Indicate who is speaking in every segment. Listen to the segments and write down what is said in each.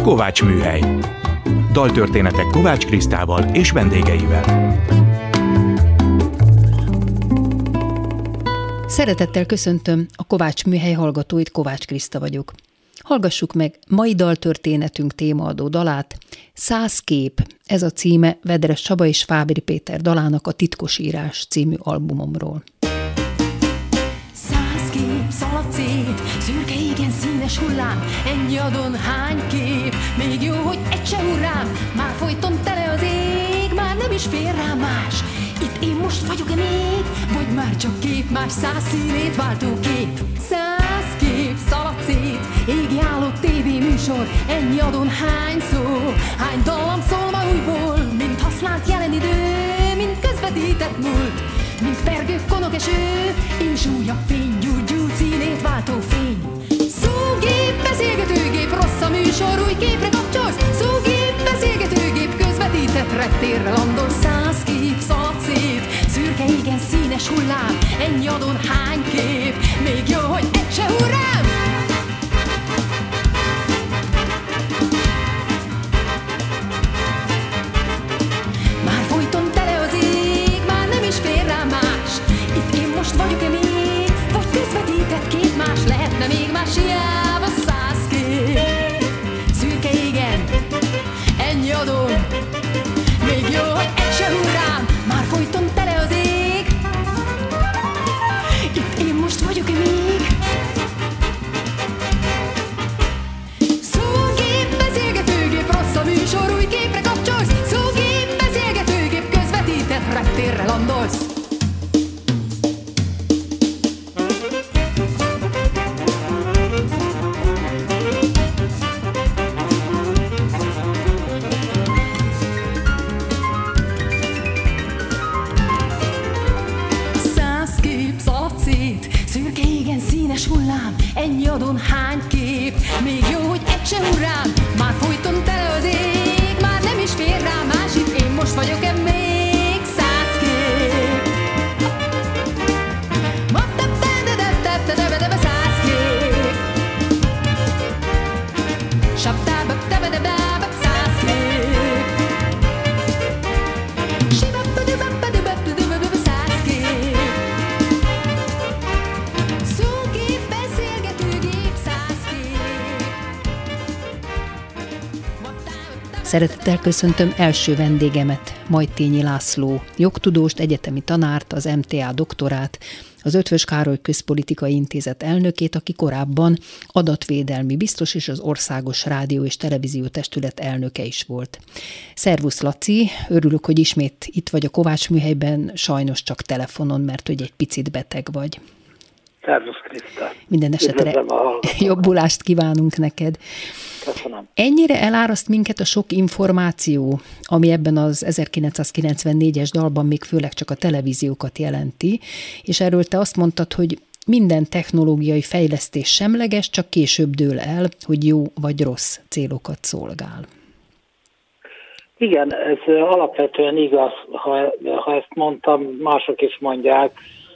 Speaker 1: Kovács Műhely. Daltörténetek Kovács Krisztával és vendégeivel.
Speaker 2: Szeretettel köszöntöm a Kovács Műhely hallgatóit, Kovács Kriszta vagyok. Hallgassuk meg mai daltörténetünk témaadó dalát. 100 kép, ez a címe Vedres Csaba és Fábri Péter dalának a Titkosírás című albumomról.
Speaker 3: 100 kép szalad szét, szürke égen színes hullám, ennyi adon hány kép, még jó, hogy egy se hurrám, már folyton tele az ég, már nem is fér rá más. Itt én most vagyok-e még, vagy már csak kép, más 100 színét váltó kép. 100 kép szalad szét, égi állott tévéműsor, ennyi adon hány szó, hány dallam szól ma újból, mint használt jelen idő, mint közvetített múlt, mint pergő konokeső, és újabb fény, gyújt színét váltó fény. Szógép, beszélgetőgép, rossz a műsor, új képre kapcsolsz. Szógép, beszélgetőgép, közvetített reptérre landol. 100 kép szalad szét, szürke égen színes hullám, ennyi adon hány kép, még jó, hogy egy se hurrám. Már folyton tele az ég, már nem is fér rá más. Itt én most vagyok-e még, vagy közvetített kép, más lehetne még más, hiába 100 kép. Szürke égen, ennyi adom, még jó, hogy egy se hurrám. Már folyton tele az ég, itt én most vagyok-e még. Szógép, beszélgetőgép, rossz a műsor, új képre kapcsolsz. Szógép, beszélgetőgép, közvetített reptérre landolsz. Hullám, ennyi adon hány kép, még jó, hogy egy se hurrám. Már folyton tele az ég, már nem is fér rá más. Itt én most vagyok-e még 100 kép. 100 kép. 100 kép.
Speaker 2: Szeretettel köszöntöm első vendégemet, Majtényi László, jogtudóst, egyetemi tanárt, az MTA doktorát, az Eötvös Károly Közpolitikai Intézet elnökét, aki korábban adatvédelmi biztos és az Országos Rádió és Televízió Testület elnöke is volt. Szervusz Laci, örülök, hogy ismét itt vagy a Kovács Műhelyben, sajnos csak telefonon, mert hogy egy picit beteg vagy.
Speaker 4: Szervusz Kriszta.
Speaker 2: Minden esetre jobbulást kívánunk neked.
Speaker 4: Köszönöm.
Speaker 2: Ennyire eláraszt minket a sok információ, ami ebben az 1994-es dalban még főleg csak a televíziókat jelenti, és erről te azt mondtad, hogy minden technológiai fejlesztés semleges, csak később dől el, hogy jó vagy rossz célokat szolgál.
Speaker 4: Igen, ez alapvetően igaz, ha ezt mondtam, mások is mondják,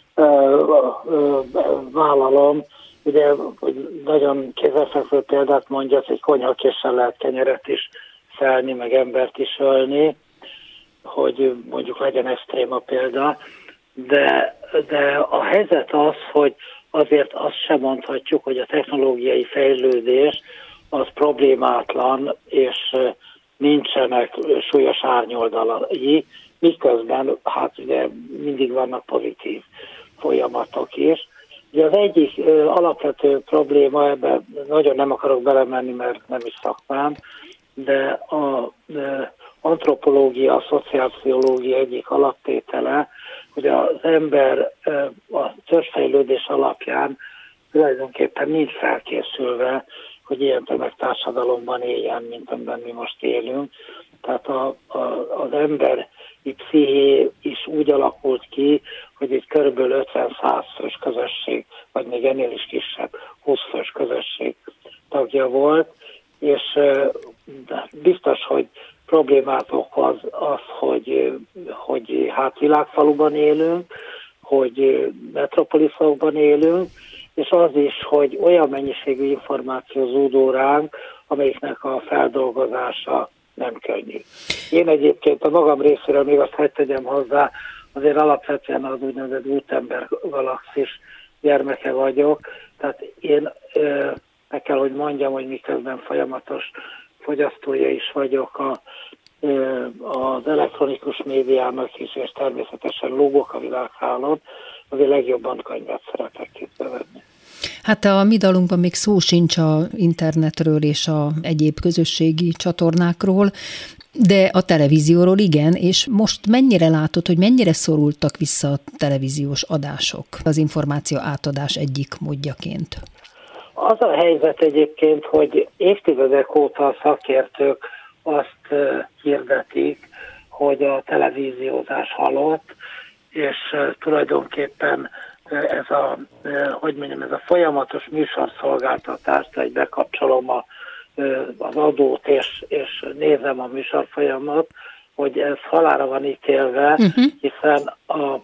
Speaker 4: vállalom. Ugye, hogy nagyon kézzelfekvő példát mondja, hogy konyhakéssel lehet kenyeret is szelni, meg embert is ölni, hogy mondjuk legyen extrém a példa, de a helyzet az, hogy azért azt sem mondhatjuk, hogy a technológiai fejlődés az problémátlan, és nincsenek súlyos árnyoldalai, miközben hát ugye mindig vannak pozitív folyamatok is. Ugye az egyik alapvető probléma, ebben nagyon nem akarok belemenni, mert nem is szakmám, de az antropológia, a szociálpszichológia egyik alaptétele, hogy az ember a törzsfejlődés alapján tulajdonképpen nincs felkészülve, hogy ilyen tömegtársadalomban éljen, mint amiben mi most élünk. Tehát az ember psziché is úgy alakult ki, hogy egy körülbelül 50-100 fős közösség, vagy még ennél is kisebb, 20 fős közösség tagja volt, és biztos, hogy problémát okoz az, hogy hát világfaluban élünk, hogy metropoliszokban élünk, és az is, hogy olyan mennyiségű információ zúdul ránk, amelyiknek a feldolgozása nem könnyű. Én egyébként a magam részéről még azt hadd tegyem hozzá, azért alapvetően az úgynevezett Gutenberg galaxis gyermeke vagyok, tehát én meg kell, hogy mondjam, hogy miközben folyamatos fogyasztója is vagyok az elektronikus médiának is, és természetesen lógok a világhálón, azért legjobban könyvet szeretek kézbevenni.
Speaker 2: Hát a mi dalunkban még szó sincs a internetről és a egyéb közösségi csatornákról, de a televízióról igen, és most mennyire látod, hogy mennyire szorultak vissza a televíziós adások az információ átadás egyik módjaként?
Speaker 4: Az a helyzet egyébként, hogy évtizedek óta a szakértők azt hirdetik, hogy a televíziózás halott, és tulajdonképpen ez a folyamatos műsorszolgáltatást, hogy bekapcsolom az adót, és nézem a műsorfolyamat, hogy ez halálra van ítélve, hiszen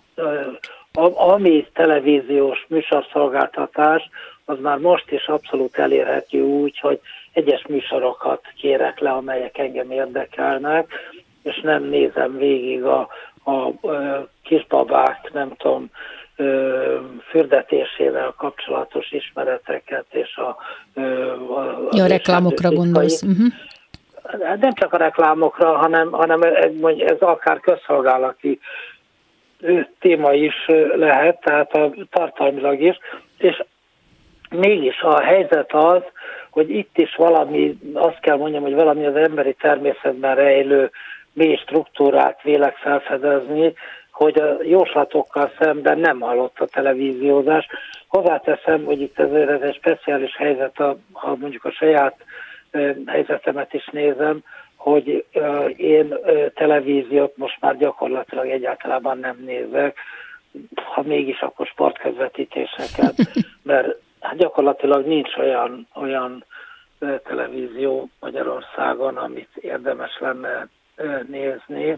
Speaker 4: ami televíziós műsorszolgáltatás, az már most is abszolút elérhető úgy, hogy egyes műsorokat kérek le, amelyek engem érdekelnek, és nem nézem végig a kisbabák, nem tudom, fürdetésével kapcsolatos ismereteket, és a
Speaker 2: reklámokra gondolsz.
Speaker 4: Nem csak a reklámokra, hanem ez akár közszolgálati téma is lehet, tehát tartalmilag is, és mégis a helyzet az, hogy itt is valami, azt kell mondjam, hogy valami az emberi természetben rejlő mély struktúrát vélek felfedezni, hogy a jóslatokkal szemben nem halott a televíziózás. Hozzáteszem, hogy itt ez egy speciális helyzet, ha mondjuk a saját helyzetemet is nézem, hogy én televíziót most már gyakorlatilag egyáltalán nem nézek, ha mégis akkor sportközvetítéseket, mert gyakorlatilag nincs olyan televízió Magyarországon, amit érdemes lenne nézni.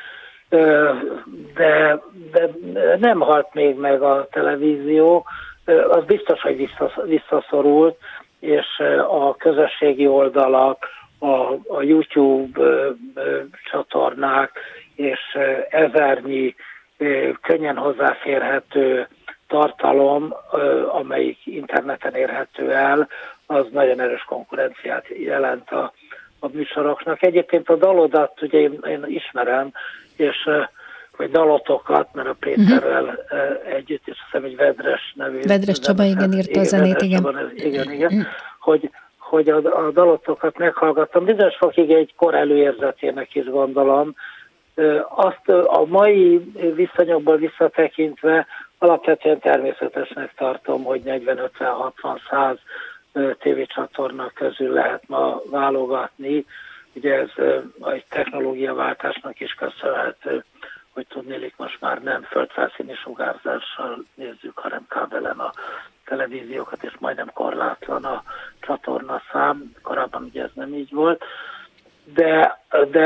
Speaker 4: De nem halt még meg a televízió, az biztos, hogy visszaszorult, és a közösségi oldalak, a YouTube csatornák és ezernyi könnyen hozzáférhető tartalom, amelyik interneten érhető el, az nagyon erős konkurenciát jelent a műsoroknak. Egyébként a dalodat ugye én ismerem, és vagy dalotokat, mert a Péterrel együtt, és azt hiszem, egy Vedres nevű.
Speaker 2: Vedres Csaba, igen, írta a zenét, igen.
Speaker 4: Igen, hogy a dalotokat meghallgattam. Bizonyos fokig egy kor előérzetének is gondolom. Azt a mai viszonyokból visszatekintve alapvetően természetesnek tartom, hogy 40-50-60-100 tévécsatorna közül lehet ma válogatni. Ugye ez egy technológiaváltásnak is köszönhető, hogy tudnélik most már nem földfelszíni sugárzással nézzük, hanem kábelen a televíziókat, és majdnem korlátlan a csatorna szám. Korábban ugye ez nem így volt. De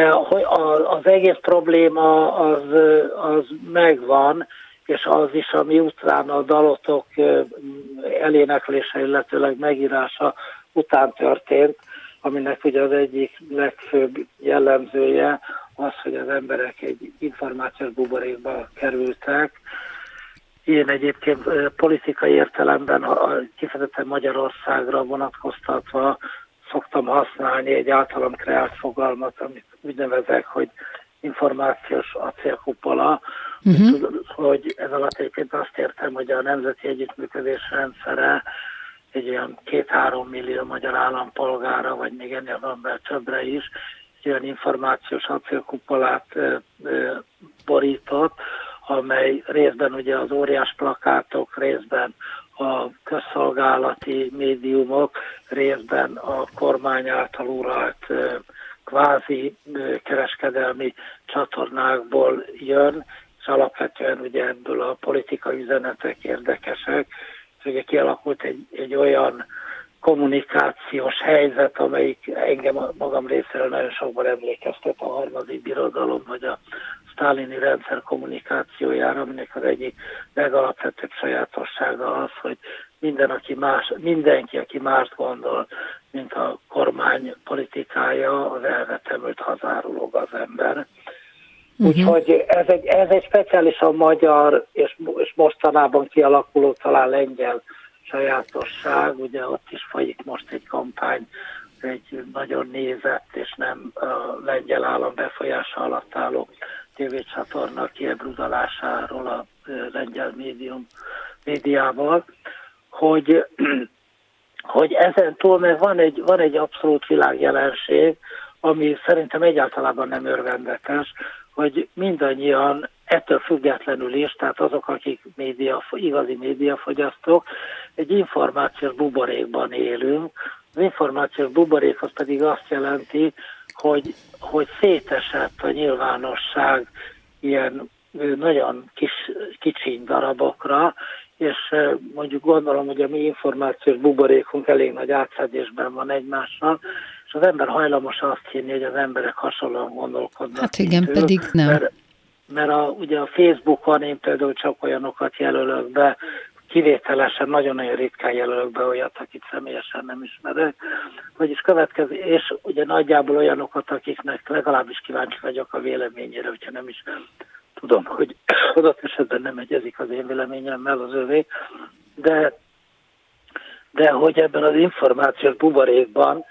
Speaker 4: az egész probléma az megvan, és az is, ami után a dalotok eléneklése, illetőleg megírása után történt, aminek ugye az egyik legfőbb jellemzője az, hogy az emberek egy információs buborékba kerültek. Én egyébként politikai értelemben, kifejezetten Magyarországra vonatkoztatva szoktam használni egy általam kreált fogalmat, amit úgy nevezek, hogy információs acélkupola, hogy ez alatt egyébként azt értem, hogy a nemzeti együttműködés rendszere egy olyan 2-3 millió magyar állampolgára, vagy még ennél van többre is, egy olyan információs acélkupolát borított, amely részben ugye az óriás plakátok, részben a közszolgálati médiumok, részben a kormány által uralt kvázi kereskedelmi csatornákból jön, és alapvetően ugye ebből a politikai üzenetek érdekesek. Ugye kialakult egy olyan kommunikációs helyzet, amelyik engem magam részéről nagyon sokban emlékeztet a harmadik birodalom, vagy a sztálini rendszer kommunikációjára, aminek az egyik legalapvetőbb sajátossága az, hogy mindenki, aki mást gondol, mint a kormány kormány politikája az elvetemült hazárulog az ember. Úgyhogy ez egy speciálisan magyar és mostanában kialakuló talán lengyel sajátosság. Ugye ott is folyik most egy kampány, egy nagyon nézett és nem a lengyel állam befolyása alatt álló tévécsatorna kiebrudalásáról a lengyel médiával, hogy ezen túl meg van egy abszolút világjelenség, ami szerintem egyáltalán nem örvendetes, hogy mindannyian ettől függetlenül is, tehát azok, akik igazi médiafogyasztók, egy információs buborékban élünk. Az információs buborék az pedig azt jelenti, hogy szétesett a nyilvánosság ilyen nagyon kicsiny darabokra, és mondjuk gondolom, hogy a mi információs buborékunk elég nagy átszedésben van egymással, és az ember hajlamos azt hinni, hogy az emberek hasonlóan gondolkodnak.
Speaker 2: Hát igen, pedig nem.
Speaker 4: Mert ugye a Facebookon én például csak olyanokat jelölök be, kivételesen nagyon-nagyon ritkán jelölök be olyat, akit személyesen nem ismerek, vagyis és ugye nagyjából olyanokat, akiknek legalábbis kíváncsi vagyok a véleményére, hogyha nem is tudom, hogy adott esetben nem egyezik az én véleményemmel az övé, de hogy ebben az információs buborékban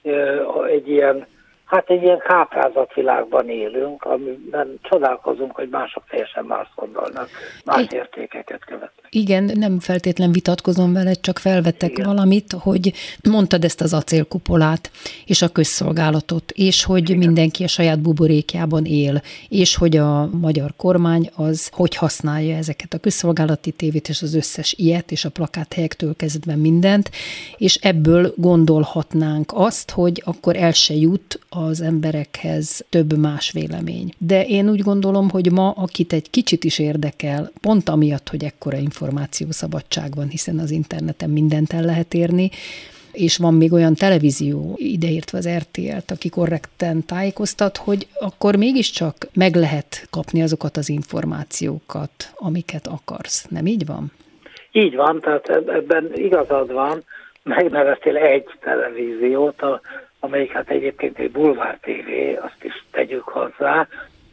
Speaker 4: egy ilyen káprázatvilágban élünk, amiben csodálkozunk, hogy mások teljesen más gondolnak, más értékeket követnek.
Speaker 2: Igen, nem feltétlen vitatkozom vele, csak felvettek valamit, hogy mondtad ezt az acélkupolát, és a közszolgálatot, és hogy mindenki a saját buborékjában él, és hogy a magyar kormány az hogy használja ezeket a közszolgálati tévét, és az összes ilyet, és a plakáthelyektől kezdve mindent, és ebből gondolhatnánk azt, hogy akkor el se jut az emberekhez több más vélemény. De én úgy gondolom, hogy ma, akit egy kicsit is érdekel, pont amiatt, hogy ekkora információszabadság van, hiszen az interneten mindent el lehet érni, és van még olyan televízió, ideértve az RTL-t, aki korrekten tájékoztat, hogy akkor mégiscsak meg lehet kapni azokat az információkat, amiket akarsz. Nem így van?
Speaker 4: Így van, tehát ebben igazad van. Megneveztél egy televíziót, amelyik hát egyébként egy bulvár tévé, azt is tegyük hozzá,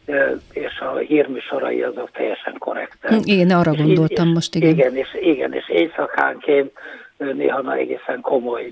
Speaker 4: és a hírműsorai azok teljesen korrektek.
Speaker 2: Én arra gondoltam most, igen.
Speaker 4: Igen, és éjszakánként néha egészen komoly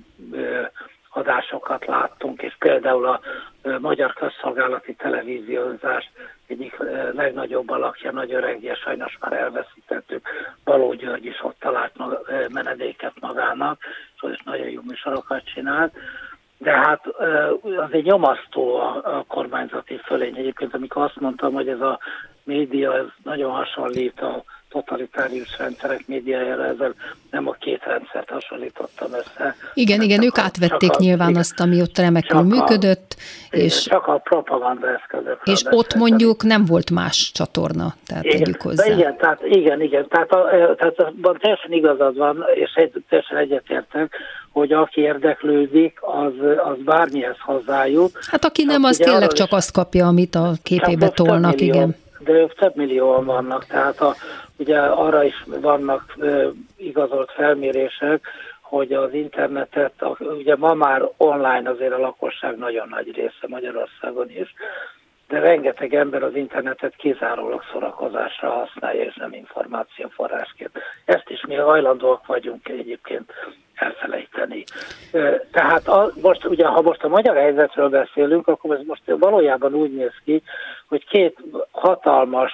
Speaker 4: adásokat láttunk, és például a magyar közszolgálati televíziózás egyik legnagyobb alakja, nagy öregje, sajnos már elveszítettük, Baló György is ott talált menedéket magának, és nagyon jó műsorokat csinált. De hát azért nyomasztó a kormányzati fölény. Egyébként, amikor azt mondtam, hogy ez a média ez nagyon hasonlít a totalitárius rendszerek médiájára, ezzel nem a két rendszert hasonlítottam össze.
Speaker 2: Igen, ők átvették nyilván azt, ami ott remekül működött. És
Speaker 4: csak a propaganda eszközökről.
Speaker 2: És ott mondjuk nem volt más csatorna, tehát tegyük hozzá.
Speaker 4: Igen, tehát teljesen igazad van, és teljesen egyetértek, hogy aki érdeklődik, az bármihez hozzájut.
Speaker 2: Hát aki nem, az tényleg csak azt kapja, amit a képébe tolnak, igen.
Speaker 4: De ők több millióan vannak, tehát ugye arra is vannak igazolt felmérések, hogy az internetet, ugye ma már online azért a lakosság nagyon nagy része Magyarországon is, de rengeteg ember az internetet kizárólag szórakozásra használja, és nem információforrásként. Ezt is mi hajlandóak vagyunk egyébként elfelejteni. Tehát ha most a magyar helyzetről beszélünk, akkor ez most valójában úgy néz ki, hogy két hatalmas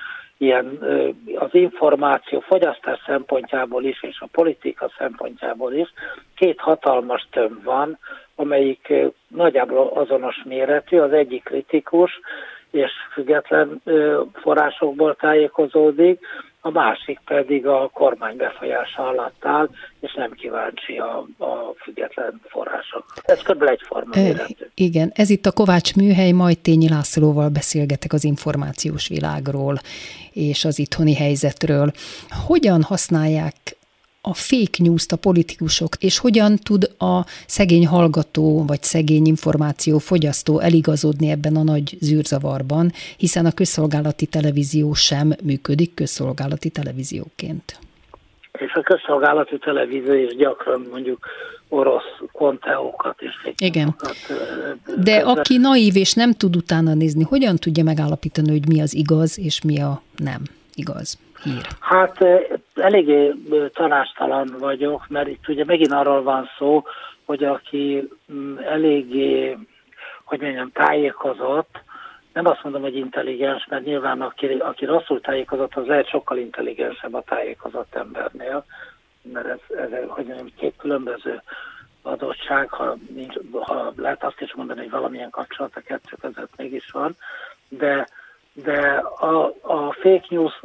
Speaker 4: ilyen az információ fogyasztás szempontjából is, és a politika szempontjából is két hatalmas tömb van, amelyik nagyjából azonos méretű, az egyik kritikus és független forrásokból tájékozódik, a másik pedig a kormány befolyása alatt áll, és nem kíváncsi a független források. Ez kb. Egyforma méretű.
Speaker 2: Igen, ez itt a Kovács Műhely, Majtényi Lászlóval beszélgetek az információs világról és az itthoni helyzetről. Hogyan használják a fake news-t a politikusok, és hogyan tud a szegény hallgató vagy szegény információ fogyasztó eligazodni ebben a nagy zűrzavarban, hiszen a közszolgálati televízió sem működik közszolgálati televízióként?
Speaker 4: És a közszolgálati televízió is gyakran mondjuk orosz konteókat és
Speaker 2: féknyiusokat. De aki naív és nem tud utána nézni, hogyan tudja megállapítani, hogy mi az igaz és mi a nem igaz hír?
Speaker 4: Hát eléggé tanácstalan vagyok, mert itt ugye megint arról van szó, hogy aki eléggé, hogy mondjam, tájékozott, nem azt mondom, hogy intelligens, mert nyilván aki rosszul tájékozott, az lehet sokkal intelligensebb a tájékozott embernél, mert ez hogy mondjam, két különböző adottság, ha lehet azt is mondani, hogy valamilyen kapcsolat a kettő között mégis van, de a fake news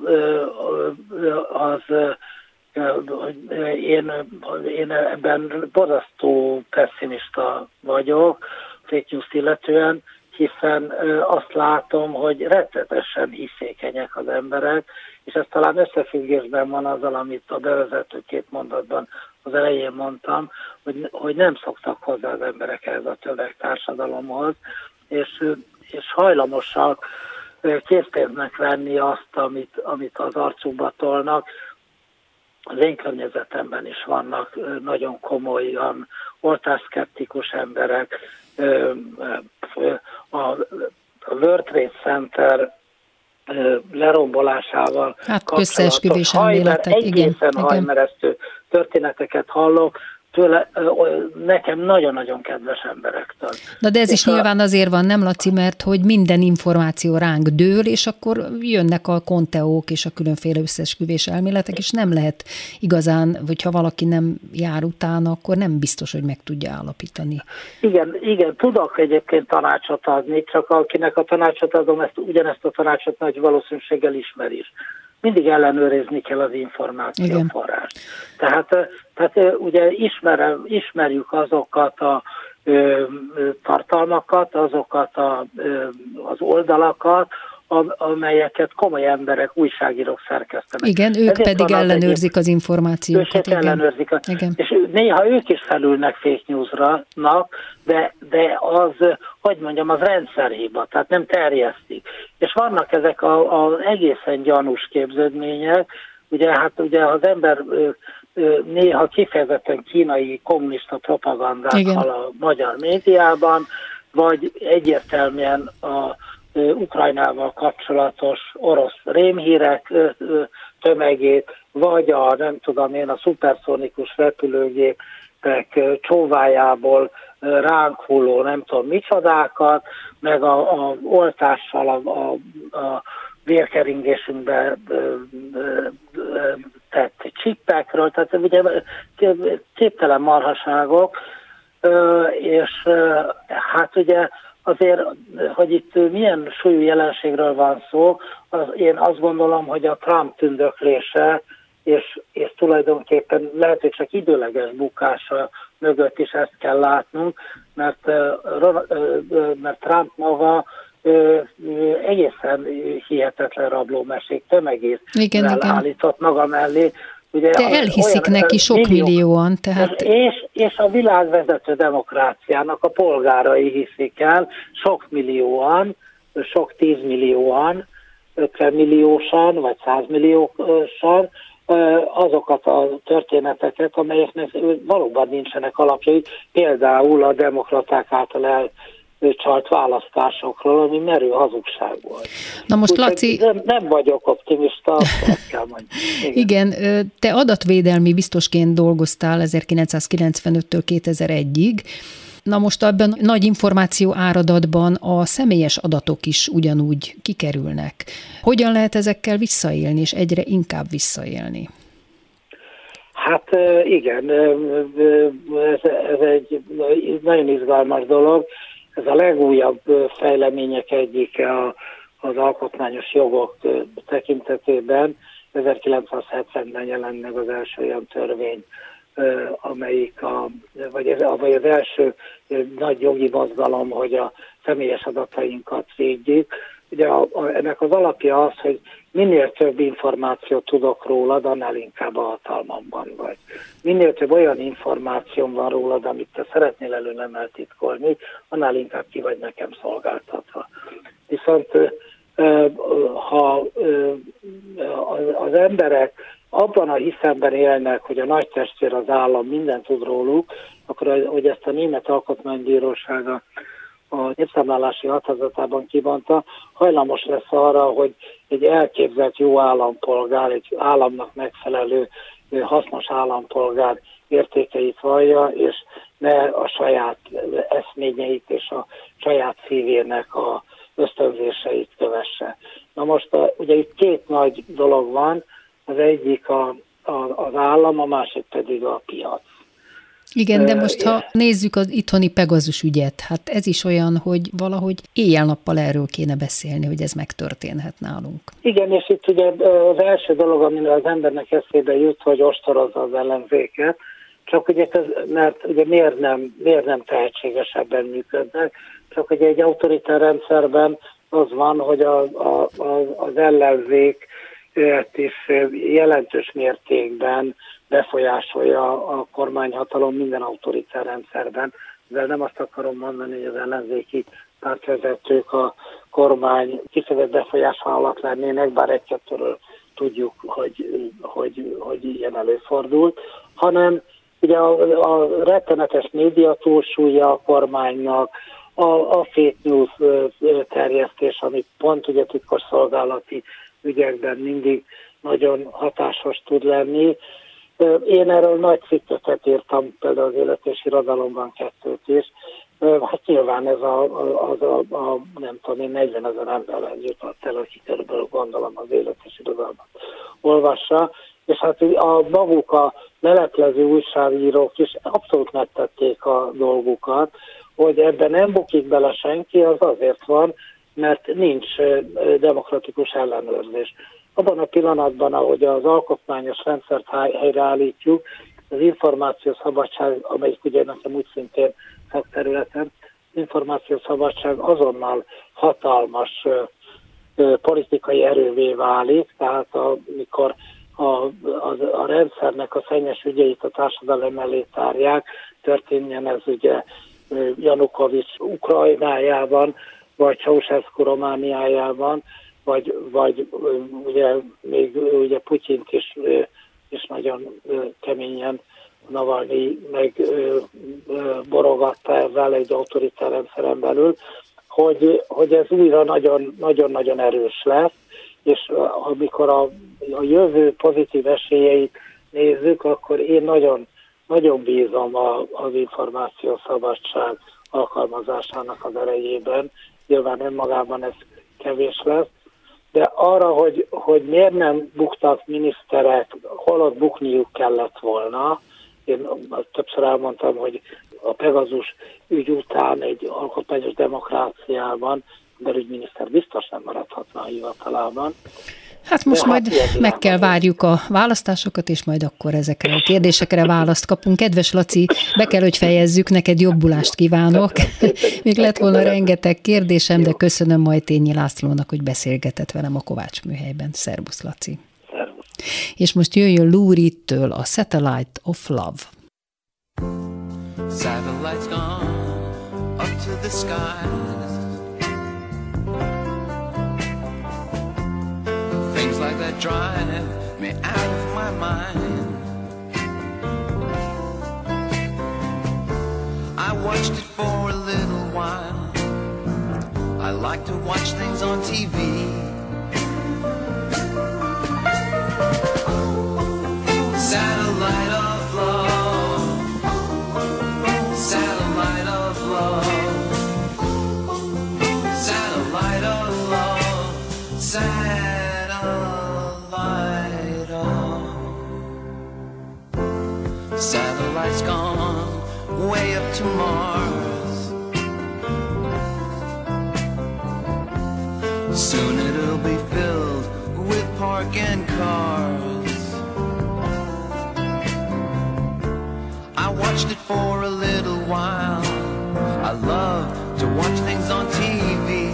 Speaker 4: én ebben borzasztó pessimista vagyok, fake news illetően, hiszen azt látom, hogy rettetesen hiszékenyek az emberek, és ez talán összefüggésben van azzal, amit a bevezető 2 mondatban az elején mondtam, hogy nem szoktak hozzá az emberek ehhez a tömegtársadalomhoz, és hajlamosak készpénznek venni azt, amit az arcukba tolnak. Az én környezetemben is vannak nagyon komolyan oltásszkeptikus emberek. A World Trade Center lerombolásával
Speaker 2: kapcsolatos
Speaker 4: egészen hajmeresztő történeteket hallok tőle, nekem nagyon-nagyon kedves emberektől.
Speaker 2: Na de ez is nyilván azért van, nem Laci, mert hogy minden információ ránk dől, és akkor jönnek a konteók és a különféle összeesküvés elméletek, és nem lehet igazán, hogyha valaki nem jár utána, akkor nem biztos, hogy meg tudja állapítani.
Speaker 4: Igen, tudok egyébként tanácsot adni, csak akinek a tanácsot adom, ugyanezt a tanácsot nagy valószínűséggel ismer is. Mindig ellenőrizni kell az információforrást. Tehát ugye ismerjük azokat a tartalmakat, azokat az oldalakat, amelyeket komoly emberek, újságírók szerkesztenek.
Speaker 2: Igen, ők pedig ellenőrzik az információkat.
Speaker 4: Ellenőrzik. És néha ők is felülnek fake newsnak, de az, hogy mondjam, az rendszerhiba, tehát nem terjesztik. És vannak ezek az egészen gyanús képződmények, ugye az ember néha kifejezetten kínai kommunista propagandát hall a magyar médiában, vagy egyértelműen a Ukrajnával kapcsolatos orosz rémhírek tömegét, vagy a szuperszonikus repülőgépek csóvájából ránk hulló nem tudom micsodákat, meg a oltással a vérkeringésünkbe tett csippekről, tehát ugye képtelen marhaságok, és hát ugye azért, hogy itt milyen súlyú jelenségről van szó, én azt gondolom, hogy a Trump tündöklése, és tulajdonképpen lehet, hogy csak időleges bukása mögött is ezt kell látnunk, mert Trump maga egészen hihetetlen rablómesék tömegét állított maga mellé. Ugye
Speaker 2: de elhiszik neki sok millióan. Tehát...
Speaker 4: És a világvezető demokráciának a polgárai hiszik el, sok millióan, sok 10 millióan, 50 milliósan, vagy 100 milliósan azokat a történeteket, amelyeknek valóban nincsenek alapjai, például a demokraták által elcsalt választásokról, ami merő hazugság volt.
Speaker 2: Na most Laci...
Speaker 4: Nem vagyok optimista, azt kell mondani.
Speaker 2: Igen, te adatvédelmi biztosként dolgoztál 1995-től 2001-ig. Na most abban nagy információ áradatban a személyes adatok is ugyanúgy kikerülnek. Hogyan lehet ezekkel visszaélni, és egyre inkább visszaélni?
Speaker 4: Hát igen, ez egy nagyon izgalmas dolog. Ez a legújabb fejlemények egyike az alkotmányos jogok tekintetében. 1970-ben jelent meg az első olyan törvény, amelyik vagy az első nagy jogi mozgalom, hogy a személyes adatainkat védjük. Ugye ennek az alapja az, hogy minél több információt tudok rólad, annál inkább a hatalmamban vagy. Minél több olyan információm van rólad, amit te szeretnél elő nem eltitkolni, annál inkább ki vagy nekem szolgáltatva. Viszont ha az emberek abban a hiszemben élnek, hogy a nagy testvér az állam, mindent tud róluk, akkor, hogy ezt a Német Alkotmánybíróság a népszámlálási határozatában kimondta, hajlamos lesz arra, hogy egy elképzelt jó állampolgár, egy államnak megfelelő hasznos állampolgár értékeit vallja, és ne a saját eszményeit és a saját szívének a ösztönzéseit kövesse. Na most ugye itt két nagy dolog van, az egyik az állam, a másik pedig a piac.
Speaker 2: Igen, de most ha nézzük az itthoni Pegazus ügyet, hát ez is olyan, hogy valahogy éjjel-nappal erről kéne beszélni, hogy ez megtörténhet nálunk.
Speaker 4: Igen, és itt ugye az első dolog, amire az embernek eszébe jut, hogy ostorozza az ellenzéket, csak ugye mert ugye miért nem tehetségesebben működnek, csak ugye egy autoritár rendszerben az van, hogy az ellenzék is jelentős mértékben befolyásolja a kormányhatalom minden autoritár rendszerben. De nem azt akarom mondani, hogy az ellenzéki pártvezetők a kormány kifejezett befolyása alatt lennének, bár egy-kettőről tudjuk, hogy ilyen előfordult, hanem ugye a rettenetes média túlsúlya a kormánynak, a fake news terjesztés, ami pont ugye titkosszolgálati ügyekben mindig nagyon hatásos tud lenni. Én erről nagy cikkeket írtam, például az Élet és Irodalomban 2 is. Hát nyilván ez nem tudom én, 40 000 emberrel jutott el, aki körülbelül gondolom az Élet és Irodalmat olvassa, és hát maguk a leleplező újságírók is abszolút megtették a dolgukat, hogy ebben nem bukik bele senki, az azért van, mert nincs demokratikus ellenőrzés. Abban a pillanatban, ahogy az alkotmányos rendszert helyreállítjuk, az információszabadság, amelyik ugye nekem úgy szintén szakterületen, információszabadság azonnal hatalmas politikai erővé válik, tehát amikor a rendszernek a szennyes ügyeit a társadalom elé tárják, történjen ez ugye Janukovics Ukrajnájában, vagy Ceausescu Romániájában, vagy ugye még ugye Putyint is nagyon keményen Navalnyi meg borogatta ezzel egy autoritár rendszeren belül, hogy ez újra nagyon-nagyon erős lesz, és amikor a jövő pozitív esélyeit nézzük, akkor én nagyon bízom az információszabadság alkalmazásának az erejében. Nyilván önmagában ez kevés lesz, de arra, hogy miért nem buktak miniszterek, holott bukniuk kellett volna. Én többször elmondtam, hogy a Pegazus ügy után egy alkotmányos demokráciában a belügyminiszter biztos nem maradhatna a hivatalában.
Speaker 2: Hát most majd meg kell várjuk a választásokat, és majd akkor ezekre a kérdésekre választ kapunk. Kedves Laci, be kell, hogy fejezzük, neked jobbulást kívánok. Még lett volna rengeteg kérdésem, de köszönöm Majtényi Lászlónak, hogy beszélgetett velem a Kovács Műhelyben. Szervusz, Laci.
Speaker 4: Szervusz.
Speaker 2: És most jöjjön Lou Reed-től a Satellite of Love.
Speaker 5: Satellites gone up to the skies. Things like that drive me out of my mind. I watched it for a little while. I like to watch things on TV. Satellite of love. Satellite of love. Satellite of love. Satellite's gone way up to Mars. Soon it'll be filled with parking cars. I watched it for a little while. I love to watch things on TV.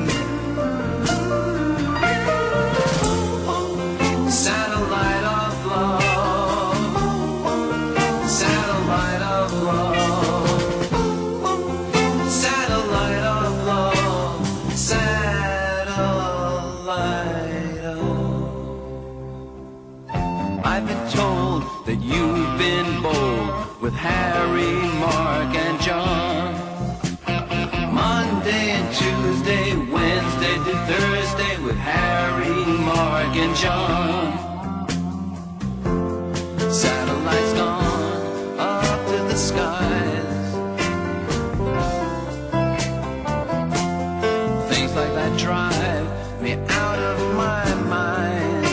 Speaker 5: Satellite of love. Satellite of love. Satellite of love. Satellite of. I've Harry, Mark, and John. Monday and Tuesday, Wednesday to Thursday with Harry, Mark, and John. Satellites gone up to the skies. Things like that drive me out of my mind.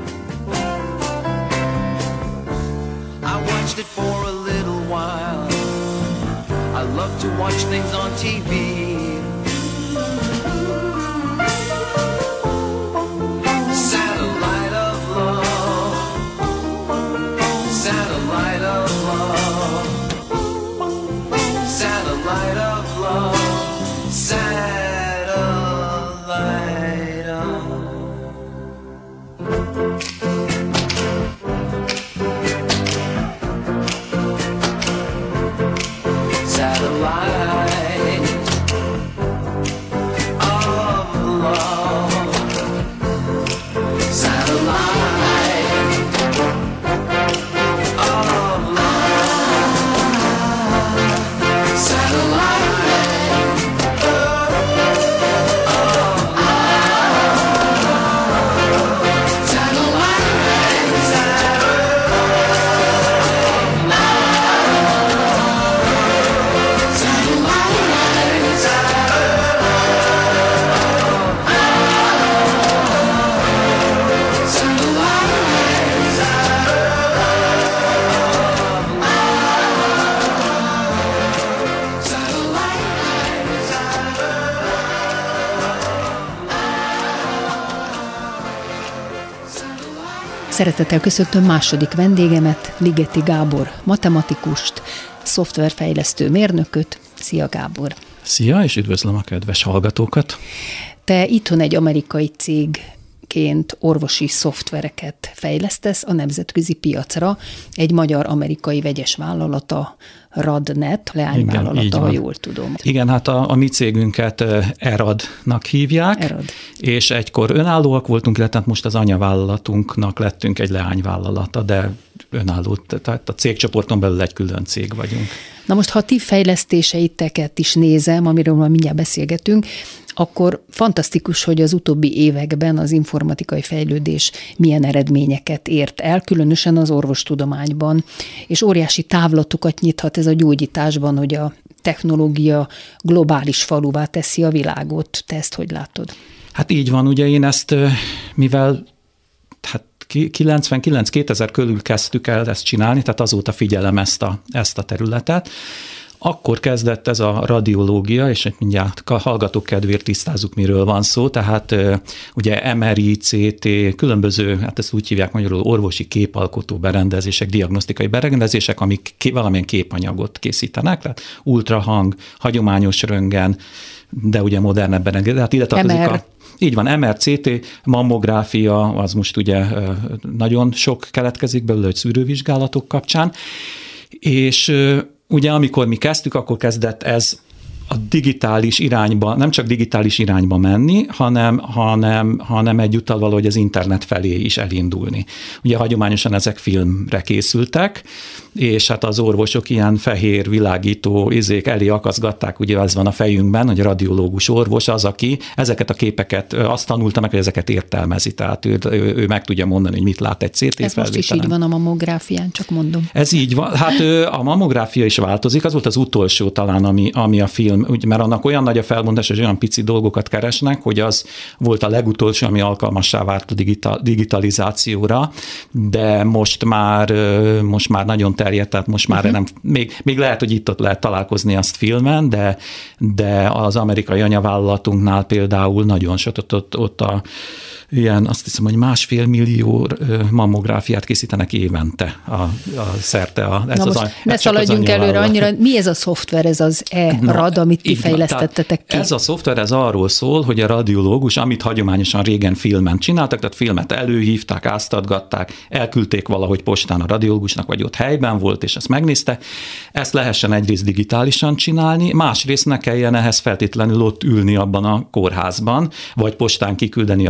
Speaker 5: I watched it for a little while. I love to watch things on TV. Satellite of love. Satellite of love. Satellite of love. Satellite of Satellite of love. Satellite of love. Satellite
Speaker 2: Szeretettel köszöntöm második vendégemet, Ligeti Gábor matematikust, szoftverfejlesztő mérnököt. Szia, Gábor!
Speaker 6: Szia, és üdvözlöm a kedves hallgatókat!
Speaker 2: Te itthon egy amerikai cégként orvosi szoftvereket fejlesztesz a nemzetközi piacra. Egy magyar-amerikai vegyes vállalata, RadNet, leányvállalata, ha jól tudom.
Speaker 6: Igen, hát a mi cégünket ERAD-nak hívják,
Speaker 2: ERAD.
Speaker 6: És egykor önállóak voltunk, illetve most az anyavállalatunknak lettünk egy leányvállalata, de önálló, tehát a cégcsoporton belül egy külön cég vagyunk.
Speaker 2: Na most, ha ti fejlesztéseiteket is nézem, amiről már mindjárt beszélgetünk, akkor fantasztikus, hogy az utóbbi években az informatikai fejlődés milyen eredményeket ért el, különösen az orvostudományban, és óriási távlatokat nyithat ez a gyógyításban, hogy a technológia globális faluvá teszi a világot. Te ezt hogy látod?
Speaker 6: Hát így van, ugye én ezt, mivel 99-2000 körül kezdtük el ezt csinálni, tehát azóta figyelem ezt a területet. Akkor kezdett ez a radiológia, és mindjárt a hallgatók kedvéért tisztázzuk, miről van szó, tehát ugye MRI, CT, különböző, hát ezt úgy hívják magyarul, orvosi képalkotó berendezések, diagnosztikai berendezések, amik valamilyen képanyagot készítenek, tehát ultrahang, hagyományos röntgen, de ugye modernebb berendezések, hát ide tartozik így van, MR, CT, mammográfia, az most ugye nagyon sok keletkezik belőle, hogy szűrővizsgálatok kapcsán, és ugye amikor mi kezdtük, akkor kezdett ez a digitális irányba, nem csak digitális irányba menni, hanem egyúttal valahogy az internet felé is elindulni. Ugye hagyományosan ezek filmre készültek, és hát az orvosok ilyen fehér világító izék elé akaszgatták, ugye ez van a fejünkben, hogy a radiológus orvos az, aki ezeket a képeket azt tanulta meg, hogy ezeket értelmezi, tehát ő meg tudja mondani, hogy mit lát egy CT felvételen.
Speaker 2: Ez most is így van a mammográfián, csak mondom.
Speaker 6: Ez így van, hát a mammográfia is változik, az volt az utolsó talán, ami a film, mert annak olyan nagy a felbontás, és olyan pici dolgokat keresnek, hogy az volt a legutolsó, ami alkalmassá vált a digitalizációra, de most már nagyon terjedt, tehát most már nem, még lehet, hogy itt lehet találkozni azt filmen, de az amerikai anyavállalatunknál például nagyon sokat ott ilyen, azt hiszem, hogy 1,5 millió mammográfiát készítenek évente szerte.
Speaker 2: Ne szaladjunk előre annyira. Mi ez a szoftver, ez az ERAD, amit ti fejlesztettetek ki?
Speaker 6: Ez a szoftver, ez arról szól, hogy a radiológus, amit hagyományosan régen filmen csináltak, tehát filmet előhívták, áztatgatták, elküldték valahogy postán a radiológusnak, vagy ott helyben volt, és ezt megnézte. Ezt lehessen egyrészt digitálisan csinálni, másrészt ne kelljen ehhez feltétlenül ott ülni abban a kórházban, vagy postán kiküldeni a radiológus,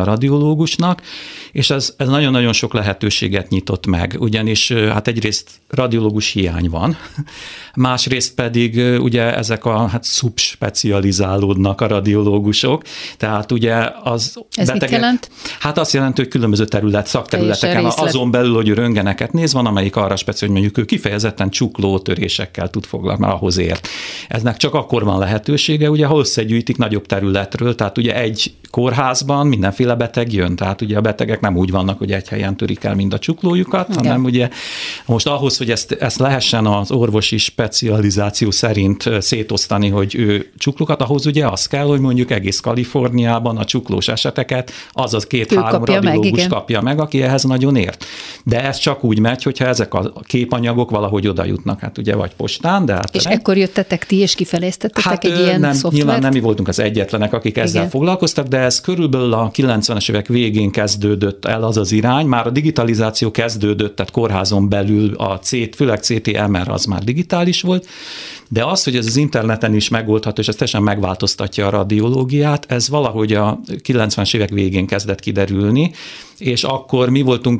Speaker 6: radiológusnak, és ez nagyon-nagyon sok lehetőséget nyitott meg, ugyanis hát egyrészt radiológus hiány van, másrészt pedig ugye ezek a szubspecializálódnak a radiológusok, tehát ugye az
Speaker 2: ez betegek... mit jelent?
Speaker 6: Hát azt jelenti, hogy különböző szakterületeken azon belül, hogy röntgeneket néz, van, amelyik arra speciális, hogy mondjuk ő kifejezetten csuklótörésekkel tud foglalkozni, mert ahhoz ért. Eznek csak akkor van lehetősége, ugye, ha összegyűjtik nagyobb területről, tehát ugye egy kórházban mindenféle beteg jön, tehát ugye a betegek nem úgy vannak, hogy egy helyen törik el mind a csuklójukat, hanem ugye most ahhoz, hogy ezt lehessen az orvosi specializáció szerint szétosztani, hogy ő csuklókat, ahhoz ugye az kell, hogy mondjuk egész Kaliforniában a csuklós eseteket az 2-3 radiológus kapja meg, aki ehhez nagyon ért. De ez csak úgy megy, hogyha ezek a képanyagok valahogy oda jutnak, hát ugye vagy postán, de hát...
Speaker 2: És ekkor jöttetek ti, és kifejlesztettetek egy ilyen szoftvert?
Speaker 6: Nyilván nem mi voltunk az egyetlenek, akik ezzel foglalkoztak, de ez körülbelül a 90-es évek végén kezdődött el az az irány, már a digitalizáció kezdődött, tehát kórházon belül főleg CT-MR az már digitális volt, de az, hogy ez az interneten is megoldható, és ez teljesen megváltoztatja a radiológiát, ez valahogy a 90-es évek végén kezdett kiderülni, és akkor mi voltunk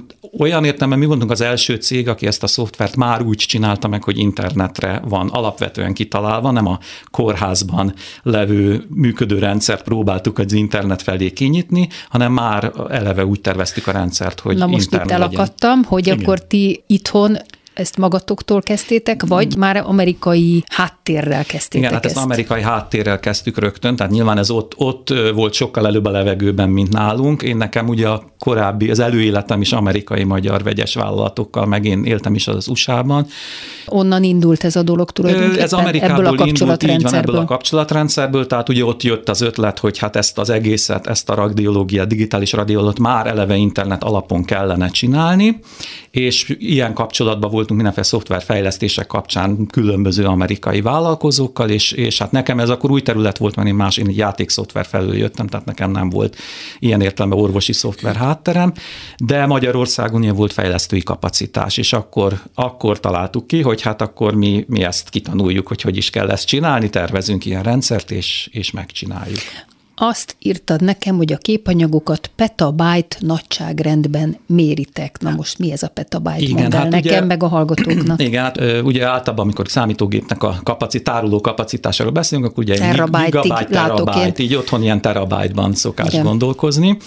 Speaker 6: az első cég, aki ezt a szoftvert már úgy csinálta meg, hogy internetre van alapvetően kitalálva, nem a kórházban levő működő rendszert próbáltuk az internet felé kinyitni, hanem már eleve úgy terveztük a rendszert, hogy
Speaker 2: internet legyen. Na most itt elakadtam, hogy igen. Akkor ti itthon ezt magatoktól kezdtétek, vagy már amerikai háttérrel kezdtétek?
Speaker 6: Igen, hát ezt amerikai háttérrel kezdtük rögtön, tehát nyilván ez ott volt sokkal előbb a levegőben, mint nálunk. Én nekem ugye az előéletem is amerikai-magyar vegyes vállalatokkal, meg én éltem is az USA-ban.
Speaker 2: Onnan indult ez a dolog tulajdonképpen?
Speaker 6: Ez Amerikából indult, így van, ebből a kapcsolatrendszerből, tehát ugye ott jött az ötlet, hogy hát ezt az egészet, ezt a radiológiát, digitális radiológiát már eleve internet alapon kellene csinálni, és ilyen kapcsolatban voltunk mindenféle szoftverfejlesztések kapcsán különböző amerikai vállalkozókkal, és hát nekem ez akkor új terület volt, mert én játékszoftver felől jöttem, tehát nekem nem volt ilyen értelemben orvosi szoftver hátterem, de Magyarországon volt fejlesztői kapacitás, és akkor találtuk ki, hogy hát akkor mi ezt kitanuljuk, hogy is kell ezt csinálni, tervezünk ilyen rendszert, és megcsináljuk.
Speaker 2: Azt írtad nekem, hogy a képanyagokat petabyte nagyságrendben méritek. Na most mi ez a petabyte? Igen, mondd el hát nekem, ugye, meg a hallgatóknak.
Speaker 6: Igen, hát ugye általában, amikor számítógépnek a tároló kapacitásáról beszélünk, akkor ugye gigabyte, így otthon ilyen terabyte-ban szokás gondolkozni.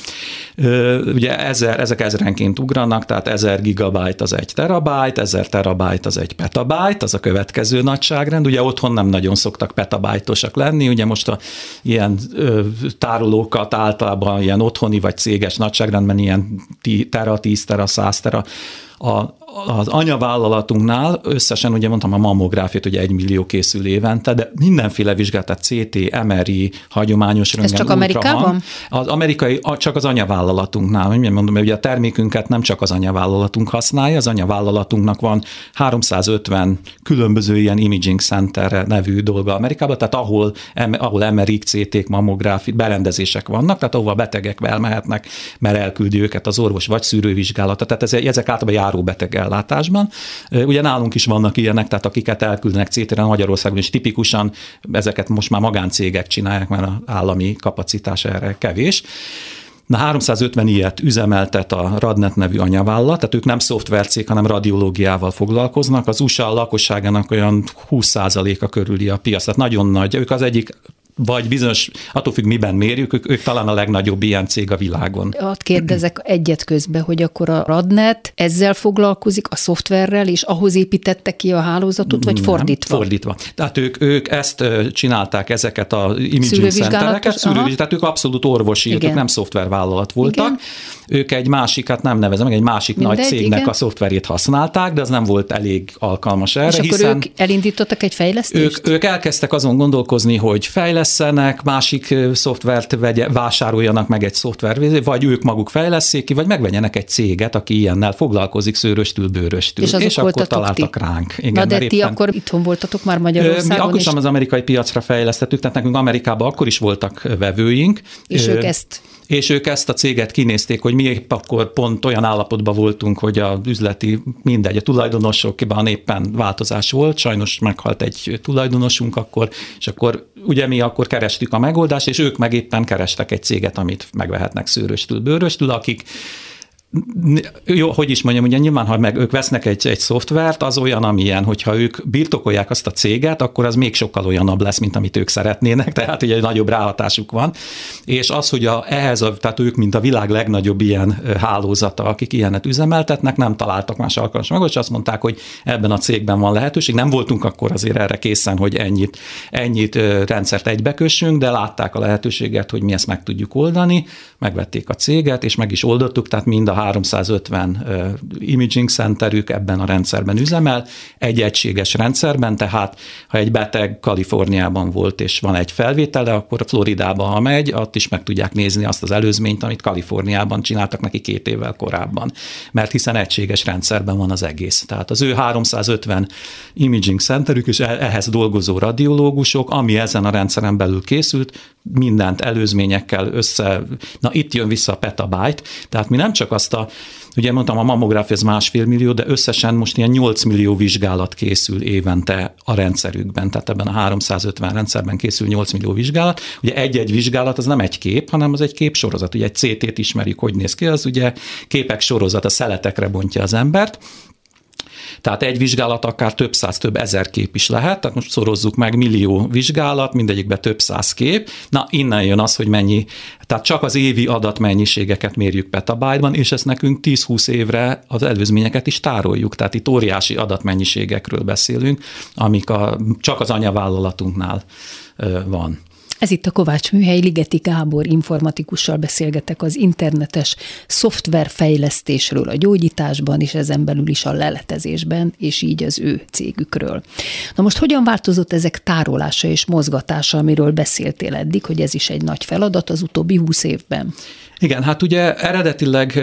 Speaker 6: Ugye ezek ezrenként ugranak, tehát 1000 gigabyte az 1 terabyte, 1000 terabyte az 1 petabyte, az a következő nagyságrend. Ugye otthon nem nagyon szoktak petabájtosak lenni, ugye most ilyen tárolókat általában ilyen otthoni vagy céges nagyságrendben ilyen 10 tera, 100 tera. Az anyavállalatunknál összesen, ugye mondtam, a mammográfiát ugye 1 millió készül évente, de mindenféle vizsgálat, tehát CT, MRI, hagyományos röntgen.
Speaker 2: Ez csak Amerikában?
Speaker 6: Az amerikai, csak az anyavállalatunknál, hogy mondom, hogy ugye a termékünket nem csak az anyavállalatunk használja, az anyavállalatunknak van 350 különböző ilyen imaging center nevű dolga Amerikában, tehát ahol MRI, CT-k, mammográfi berendezések vannak, tehát ahol a betegek elmehetnek, mert elküldi őket az orvos, vagy szűrővizsgálata, tehát ezek általában járó beteg ellátásban. Ugye nálunk is vannak ilyenek, tehát akiket elküldenek CT-re Magyarországon, és tipikusan ezeket most már magáncégek csinálják, mert az állami kapacitás erre kevés. 350 ilyet üzemeltet a Radnet nevű anyavállalat, tehát ők nem szoftvercég, hanem radiológiával foglalkoznak. Az USA lakosságának olyan 20%-a körüli a piac, tehát nagyon nagy. Ők az egyik, vagy bizonyos, attól függ, miben mérjük, ők talán a legnagyobb ilyen cég a világon.
Speaker 2: Ott kérdezek egyet közben, hogy akkor a Radnet ezzel foglalkozik, a szoftverrel, és ahhoz építette ki a hálózatot, vagy fordítva?
Speaker 6: Nem, fordítva. Tehát ők ezt csinálták, ezeket a imaging centereket, tehát ők abszolút orvosi, ők nem szoftvervállalat voltak. Igen. Ők egy másikat nem nevezem meg, egy másik nagy cégnek a szoftverét használták, de az nem volt elég alkalmas erre.
Speaker 2: És akkor ők elindítottak egy fejlesztést?
Speaker 6: Ők elkezdtek azon gondolkozni, hogy fejlesztenek, másik szoftvert vásároljanak meg egy szoftver, vagy ők maguk fejleszték ki, vagy megvegyenek egy céget, aki ilyennel foglalkozik szőröstül, bőröstül. És akkor találtak ránk.
Speaker 2: Igen, na de ti akkor itthon voltatok már Magyarországon?
Speaker 6: Mi akkor sem az amerikai piacra fejlesztettük, tehát nekünk Amerikában akkor is voltak vevőink. És ők ezt a céget kinézték, hogy mi épp akkor pont olyan állapotban voltunk, hogy a üzleti, a tulajdonosokban éppen változás volt, sajnos meghalt egy tulajdonosunk akkor, és akkor ugye mi akkor kerestük a megoldást, és ők meg éppen kerestek egy céget, amit megvehetnek szőröstül, bőröstül, akik jó, hogy is mondjam, ugye nyilván, ha ők vesznek egy szoftvert, az olyan, amilyen, hogyha ők birtokolják azt a céget, akkor az még sokkal olyanabb lesz, mint amit ők szeretnének, tehát ugye egy nagyobb ráhatásuk van. És az, hogy tehát ők, mint a világ legnagyobb ilyen hálózata, akik ilyenet üzemeltetnek, nem találtak más alkalmas megoldást, azt mondták, hogy ebben a cégben van lehetőség. Nem voltunk akkor azért erre készen, hogy ennyit rendszert egybekössünk, de látták a lehetőséget, hogy mi ezt meg tudjuk oldani, megvették a céget, és meg is oldottuk, tehát mind a 350 imaging centerük ebben a rendszerben üzemel, egy egységes rendszerben, tehát ha egy beteg Kaliforniában volt, és van egy felvétele, akkor Floridába, ha megy, ott is meg tudják nézni azt az előzményt, amit Kaliforniában csináltak neki 2 évvel korábban, mert hiszen egységes rendszerben van az egész. Tehát az ő 350 imaging centerük és ehhez dolgozó radiológusok, ami ezen a rendszeren belül készült, mindent előzményekkel na itt jön vissza a petabyte, tehát mi nem csak azt ugye mondtam, a mammográfia ez 1,5 millió, de összesen most ilyen 8 millió vizsgálat készül évente a rendszerükben, tehát ebben a 350 rendszerben készül 8 millió vizsgálat. Ugye egy-egy vizsgálat az nem egy kép, hanem az egy képsorozat. Ugye egy CT-t ismerjük, hogy néz ki, az ugye képek sorozat, a szeletekre bontja az embert. Tehát egy vizsgálat akár több száz, több ezer kép is lehet, tehát most szorozzuk meg, millió vizsgálat, mindegyikben több száz kép. Na, innen jön az, hogy mennyi, tehát csak az évi adatmennyiségeket mérjük petabyte-ban, és ezt nekünk 10-20 évre az előzményeket is tároljuk, tehát itt óriási adatmennyiségekről beszélünk, amik csak az anyavállalatunknál van.
Speaker 2: Ez itt a Kovács Műhely, Ligeti Gábor informatikussal beszélgetek az internetes szoftverfejlesztésről a gyógyításban, és ezen belül is a leletezésben, és így az ő cégükről. Na most hogyan változott ezek tárolása és mozgatása, amiről beszéltél eddig, hogy ez is egy nagy feladat az utóbbi 20 évben?
Speaker 6: Igen, hát ugye eredetileg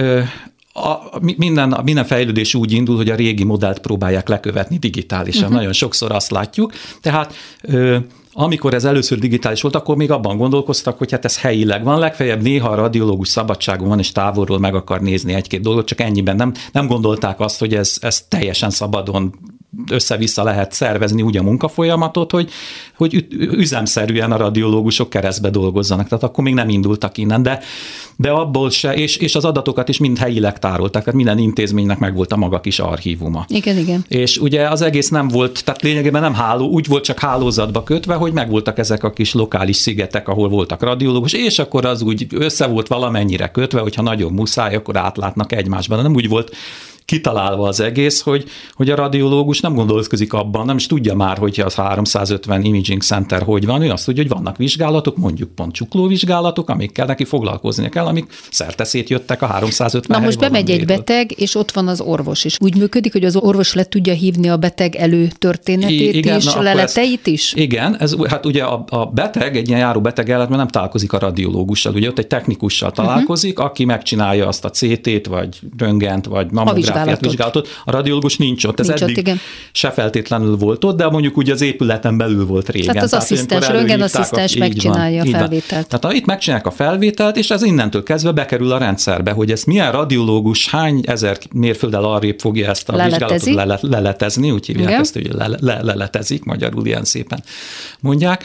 Speaker 6: minden fejlődés úgy indul, hogy a régi modellt próbálják lekövetni digitálisan. Nagyon sokszor azt látjuk. Tehát amikor ez először digitális volt, akkor még abban gondolkoztak, hogy hát ez helyileg van, legfeljebb néha a radiológus szabadságon van, és távolról meg akar nézni egy-két dolgot, csak ennyiben nem gondolták azt, hogy ez teljesen szabadon össze-vissza lehet szervezni úgy a munkafolyamatot, hogy üzemszerűen a radiológusok keresztbe dolgozzanak. Tehát akkor még nem indultak innen, de abból se, és az adatokat is mind helyileg tárolták, tehát minden intézménynek megvolt a maga kis archívuma.
Speaker 2: Igen. És
Speaker 6: ugye az egész nem volt, tehát lényegében nem úgy volt csak hálózatba kötve, hogy megvoltak ezek a kis lokális szigetek, ahol voltak radiológus, és akkor az úgy össze volt valamennyire kötve, hogyha nagyon muszáj, akkor átlátnak egymásban. De nem úgy volt kitalálva az egész, hogy a radiológus nem gondolkozik abban, nem is tudja már, hogy az 350 imaging center hogy van, ő azt tudja, hogy vannak vizsgálatok, mondjuk pont csuklóvizsgálatok, amikkel neki foglalkoznia kell, amik szerteszét jöttek a 350.
Speaker 2: Na most bemegy egy beteg, és ott van az orvos is. Úgy működik, hogy az orvos le tudja hívni a beteg előtörténetét
Speaker 6: igen,
Speaker 2: is, a leleteit is?
Speaker 6: Igen, hát ugye a beteg, egy ilyen járó beteg életben nem találkozik a radiológussal, ugye ott egy technikussal találkozik, aki megcsinálja azt a CT-t, vagy röntgent, vagy vizsgálatot. A radiológus nincs ott. Ez eddig ott, se feltétlenül volt ott, de mondjuk ugye az épületen belül volt régen.
Speaker 2: Tehát az asszisztens, röntgenasszisztens megcsinálja a felvételt.
Speaker 6: Tehát itt megcsinálják a felvételt, és ez innentől kezdve bekerül a rendszerbe, hogy ezt milyen radiológus hány ezer mérfölddel arrébb fogja ezt a vizsgálatot leletezni, úgy hívják ezt, hogy leletezik, magyarul ilyen szépen mondják.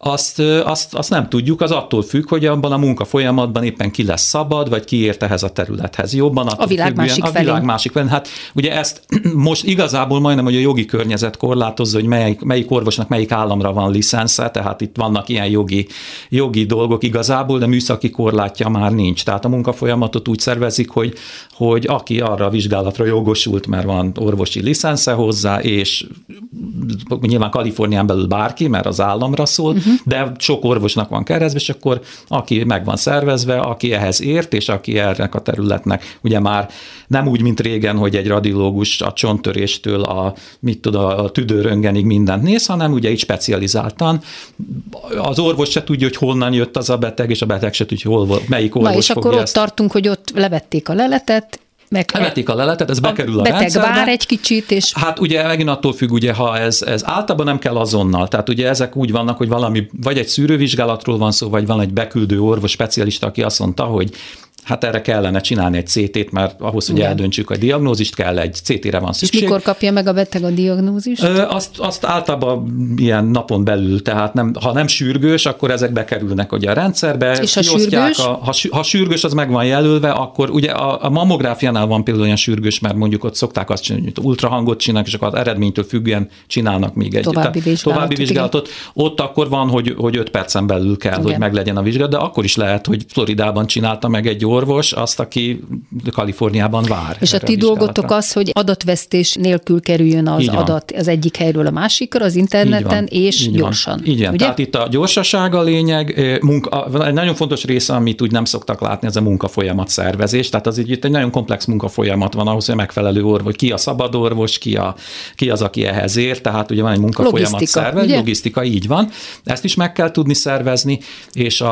Speaker 6: Azt nem tudjuk, az attól függ, hogy abban a munkafolyamatban éppen ki lesz szabad, vagy ki ért ehhez a területhez jobban.
Speaker 2: A világ másik felé.
Speaker 6: Hát ugye ezt most igazából majdnem, hogy a jogi környezet korlátozza, hogy melyik orvosnak melyik államra van licensze, tehát itt vannak ilyen jogi dolgok igazából, de műszaki korlátja már nincs. Tehát a munkafolyamatot úgy szervezik, hogy aki arra a vizsgálatra jogosult, mert van orvosi licensze hozzá, és nyilván Kalifornián belül bárki, mert az államra szól, de sok orvosnak van keresztbe, és akkor aki meg van szervezve, aki ehhez ért, és aki ennek a területnek, ugye már nem úgy, mint régen, hogy egy radiológus a csonttöréstől a tüdőröntgenig mindent néz, hanem ugye így specializáltan. Az orvos se tudja, hogy honnan jött az a beteg, és a beteg se tudja, melyik orvos.
Speaker 2: Na és akkor ott tartunk, hogy ott levették a leletet,
Speaker 6: levetik a leletet, ez bekerül a rendszerbe.
Speaker 2: Beteg vár egy kicsit, és...
Speaker 6: Hát ugye megint attól függ, ugye, ha ez általában nem kell azonnal, tehát ugye ezek úgy vannak, hogy valami, vagy egy szűrővizsgálatról van szó, vagy van egy beküldő orvos specialista, aki azt mondta, hogy Hát erre kellene csinálni egy CT-t, mert ahhoz, hogy eldöntsük a diagnózist, kell egy CT-re van szükség.
Speaker 2: És mikor kapja meg a beteg a diagnózist?
Speaker 6: Azt általában ilyen napon belül, tehát ha nem sürgős, akkor ezek bekerülnek ugye a rendszerbe.
Speaker 2: És ha sürgős?
Speaker 6: Ha sürgős, az meg van jelölve, akkor ugye a mammográfiánál van például olyan sürgős, mert mondjuk ott szokták azt csinálni, hogy ultrahangot csinálnak, és akkor az eredménytől függően csinálnak még egy további vizsgálatot. Ott akkor van, hogy 5 percen belül kell, hogy meglegyen a vizsgálat, de akkor is lehet, hogy Floridában csinálta meg egy orvos azt, aki Kaliforniában vár.
Speaker 2: És a ti dolgotok az, hogy adatvesztés nélkül kerüljön az adat az egyik helyről a másikra, az interneten, és gyorsan.
Speaker 6: Igen, ugye? Tehát itt a gyorsaság a lényeg. Egy nagyon fontos része, amit úgy nem szoktak látni, ez a munkafolyamat szervezés. Tehát az itt egy nagyon komplex munkafolyamat van ahhoz, hogy megfelelő orvos, ki a szabad orvos, ki az, aki ehhez ér. Tehát ugye van egy munkafolyamat szervezés, logisztika, így van. Ezt is meg kell tudni szervezni, és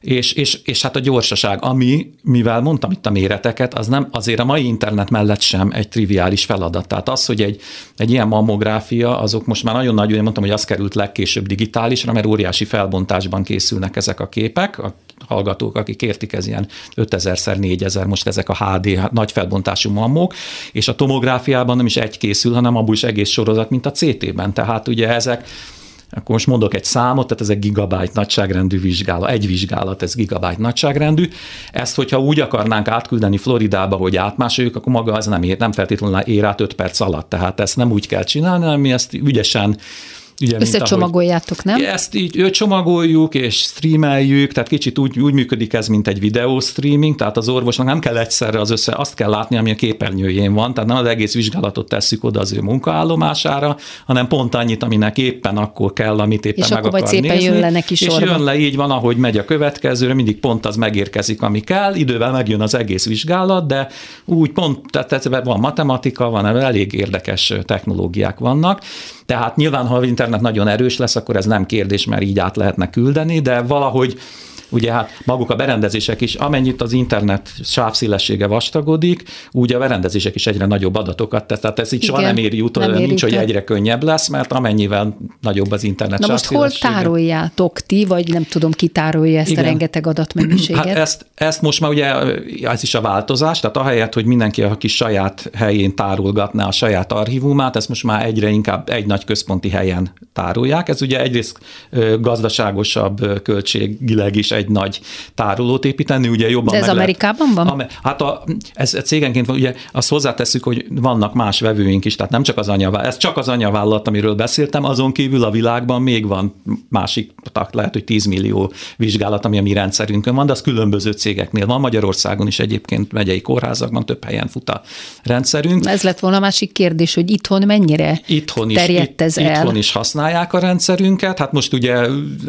Speaker 6: hát a gyorsaság, mivel mondtam itt a méreteket, az nem azért a mai internet mellett sem egy triviális feladat. Tehát az, hogy egy ilyen mammográfia, azok most már nagyon nagy, mondtam, hogy az került legkésőbb digitálisra, mert óriási felbontásban készülnek ezek a képek, a hallgatók, akik értik, ez ilyen 5000x4000, most ezek a HD nagy felbontású mammók, és a tomográfiában nem is egy készül, hanem abból is egész sorozat, mint a CT-ben. Tehát ugye ezek, akkor most mondok egy számot, tehát ez egy gigabyte nagyságrendű vizsgálat. Egy vizsgálat, ez gigabyte nagyságrendű. Ezt, hogyha úgy akarnánk átküldeni Floridába, hogy átmásoljuk, akkor maga az nem feltétlenül ér át 5 perc alatt. Tehát ezt nem úgy kell csinálni, hanem mi ezt ügyesen
Speaker 2: összecsomagoljátok, nem?
Speaker 6: Ezt így csomagoljuk és streameljük, tehát kicsit úgy működik ez, mint egy videó streaming, tehát az orvosnak nem kell egyszerre azt kell látni, ami a képernyőjén van, tehát nem az egész vizsgálatot tesszük oda az ő munkaállomására, hanem pont annyit, aminek éppen akkor kell, amit éppen
Speaker 2: és
Speaker 6: meg akar nézni.
Speaker 2: És akkor majd szépen jön le neki sorba.
Speaker 6: És jön le, így van, ahogy megy a következőre, mindig pont az megérkezik, ami kell, idővel megjön az egész vizsgálat, de úgy pont, tehát van matematika, van elég érdekes technológiák vannak. Tehát nyilván, ha az internet nagyon erős lesz, akkor ez nem kérdés, mert így át lehetne küldeni, de valahogy ugye hát maguk a berendezések is, amennyit az internet sávszélessége vastagodik, úgy a berendezések is egyre nagyobb adatokat tesz. Tehát ez így soha nem éri utol, nincs, hogy egyre könnyebb lesz, mert amennyivel nagyobb az internet sávszélessége.
Speaker 2: Na most hol tároljátok ti, vagy nem tudom, ki tárolja ezt a rengeteg adatmennyiséget?
Speaker 6: Hát ezt most már ugye, ez is a változás, tehát ahelyett, hogy mindenki a kis saját helyén tárolgatná a saját archívumát, ezt most már egyre inkább egy nagy központi helyen tárolják. Ez ugye egyrészt gazdaságosabb költségileg is egy nagy tárolót építeni, ugye jobban.
Speaker 2: De ez Amerikában van?
Speaker 6: Hát ez cégenként van, ugye azt hozzátesszük, hogy vannak más vevőink is, tehát nem csak az ez csak az anyavállalat, amiről beszéltem, azon kívül a világban még van másik, lehet, hogy 10 millió vizsgálat, ami a mi rendszerünkön van, de az különböző cégeknél van. Magyarországon is egyébként megyei kórházakban több helyen fut a rendszerünk. Ez
Speaker 2: lett volna a másik kérdés, hogy itthon mennyire terjedt ez el?
Speaker 6: Itthon is használják a rendszerünket, hát most ugye